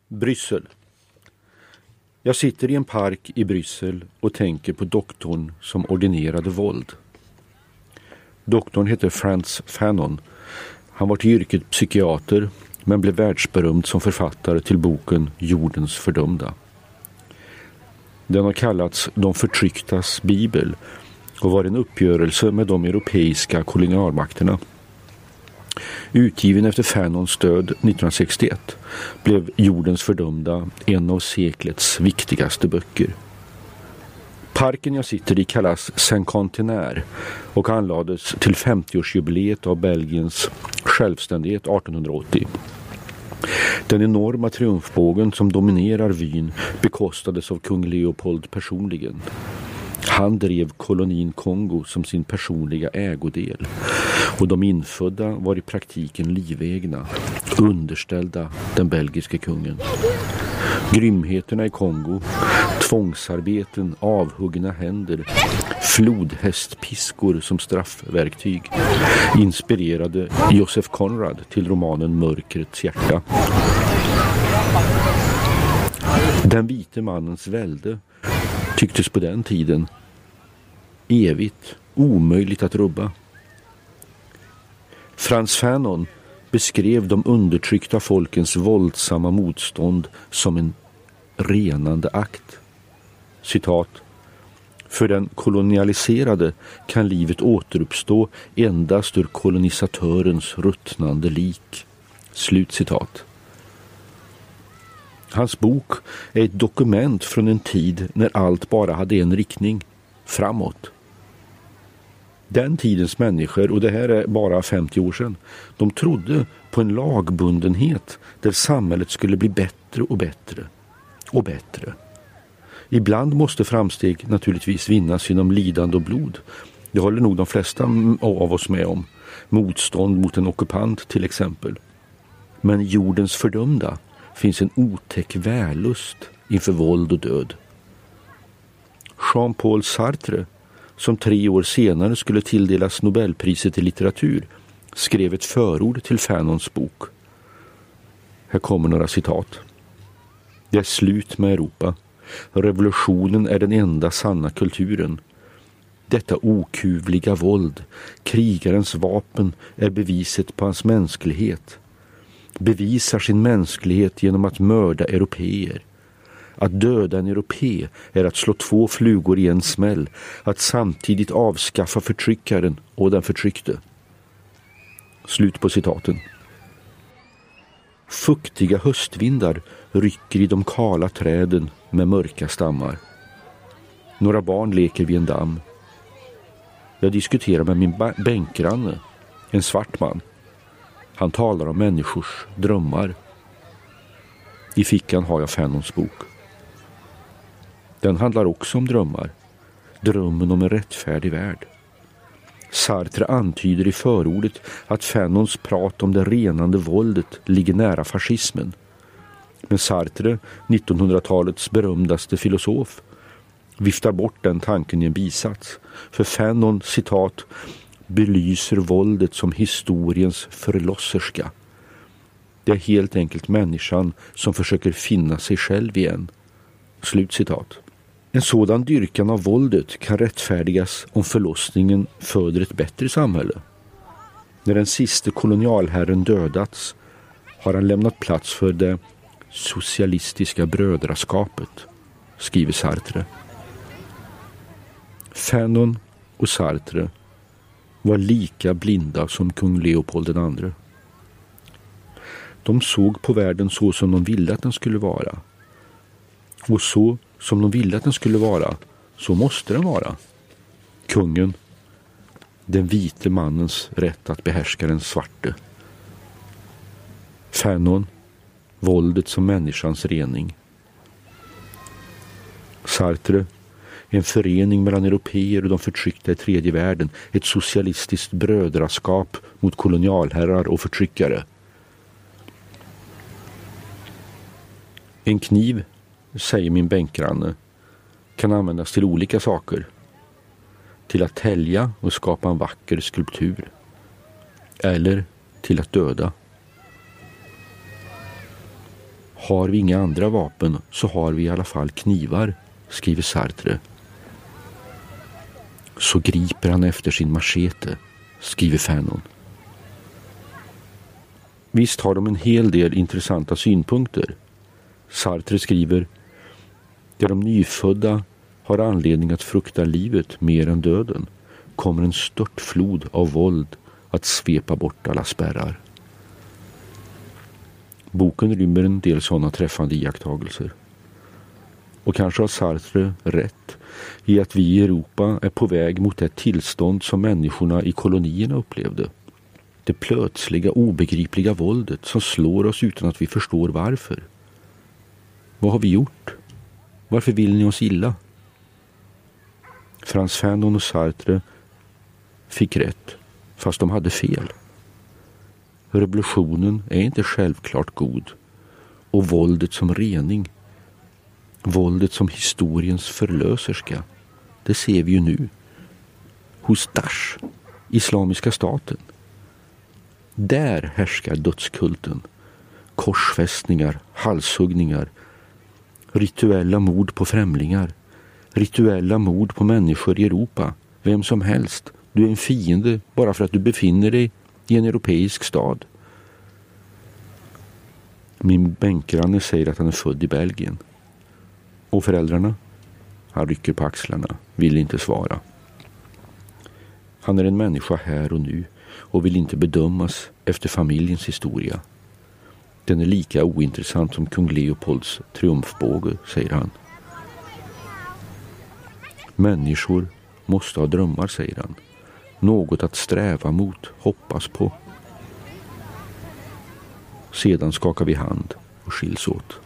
Bryssel. Jag sitter i en park i Bryssel och tänker på doktorn som ordinerade våld. Doktorn heter Frantz Fanon. Han var till yrket psykiater men blev världsberömd som författare till boken Jordens fördömda. Den har kallats De förtrycktas bibel och var en uppgörelse med de europeiska kolonialmakterna. Utgiven efter Fanons död 1961 blev Jordens fördömda en av seklets viktigaste böcker. Parken jag sitter i kallas Saint-Contenaire och anlades till 50-årsjubileet av Belgiens självständighet 1880. Den enorma triumfbågen som dominerar vyn bekostades av kung Leopold personligen. Han drev kolonin Kongo som sin personliga ägodel och de infödda var i praktiken livegna, underställda den belgiske kungen. Grymheterna i Kongo, tvångsarbeten, avhuggna händer, flodhästpiskor som straffverktyg inspirerade Joseph Conrad till romanen Mörkrets hjärta. Den vite mannens välde tycktes på den tiden evigt, omöjligt att rubba. Frantz Fanon beskrev de undertryckta folkens våldsamma motstånd som en renande akt. Citat: för den kolonialiserade kan livet återuppstå endast ur kolonisatörens ruttnande lik. Slutcitat. Hans bok är ett dokument från en tid när allt bara hade en riktning, framåt. Den tidens människor, och det här är bara 50 år sedan, de trodde på en lagbundenhet där samhället skulle bli bättre och bättre och bättre. Ibland måste framsteg naturligtvis vinnas genom lidande och blod. Det håller nog de flesta av oss med om. Motstånd mot en ockupant till exempel. Men jordens fördömda finns en otäck vällust inför våld och död. Jean-Paul Sartre, som 3 år senare skulle tilldelas Nobelpriset i litteratur, skrev ett förord till Fanons bok. Här kommer några citat. Det är slut med Europa. Revolutionen är den enda sanna kulturen. Detta okuvliga våld, krigarens vapen, är beviset på hans mänsklighet. Bevisar sin mänsklighet genom att mörda européer. Att döda en europé är att slå 2 flugor i en smäll, att samtidigt avskaffa förtryckaren och den förtryckte. Slut på citaten. Fuktiga höstvindar rycker i de kala träden med mörka stammar. Några barn leker vid en damm. Jag diskuterar med min bänkgranne, en svart man. Han talar om människors drömmar. I fickan har jag Fanons bok. Den handlar också om drömmar. Drömmen om en rättfärdig värld. Sartre antyder i förordet att Fanons prat om det renande våldet ligger nära fascismen. Men Sartre, 1900-talets berömdaste filosof, viftar bort den tanken i en bisats. För Fanon, citat, belyser våldet som historiens förlosserska. Det är helt enkelt människan som försöker finna sig själv igen. Slutcitat. En sådan dyrkan av våldet kan rättfärdigas om förlossningen föder ett bättre samhälle. När den sista kolonialherren dödats har han lämnat plats för det socialistiska brödraskapet, skriver Sartre. Fanon och Sartre var lika blinda som kung Leopold II. De såg på världen så som de ville att den skulle vara. Och så som de ville att den skulle vara, så måste den vara. Kungen, den vite mannens rätt att behärska den svarte. Fanon, våldet som människans rening. Sartre, en förening mellan européer och de förtryckta i tredje världen, ett socialistiskt brödraskap mot kolonialherrar och förtryckare. En kniv, säger min bänkgranne, kan användas till olika saker. Till att tälja och skapa en vacker skulptur. Eller till att döda. Har vi inga andra vapen så har vi i alla fall knivar, skriver Sartre. Så griper han efter sin machete, skriver Fanon. Visst har de en hel del intressanta synpunkter. Sartre skriver: där de nyfödda har anledning att frukta livet mer än döden kommer en störtflod av våld att svepa bort alla spärrar. Boken rymmer en del sådana träffande iakttagelser. Och kanske har Sartre rätt i att vi i Europa är på väg mot det tillstånd som människorna i kolonierna upplevde. Det plötsliga, obegripliga våldet som slår oss utan att vi förstår varför. Vad har vi gjort? Varför vill ni oss illa? Frantz Fanon och Sartre fick rätt, fast de hade fel. Revolutionen är inte självklart god. Och våldet som rening, våldet som historiens förlöserska, det ser vi ju nu. Hos Daesh, Islamiska staten. Där härskar dödskulten. Korsfästningar, halshuggningar, rituella mord på främlingar, rituella mord på människor i Europa. Vem som helst. Du är en fiende bara för att du befinner dig i en europeisk stad. Min bänkgranne säger att han är född i Belgien. Och föräldrarna? Han rycker på axlarna, vill inte svara. Han är en människa här och nu och vill inte bedömas efter familjens historia. Den är lika ointressant som kung Leopolds triumfbåge, säger han. Människor måste ha drömmar, säger han. Något att sträva mot, hoppas på. Sedan skakar vi hand och skiljs åt.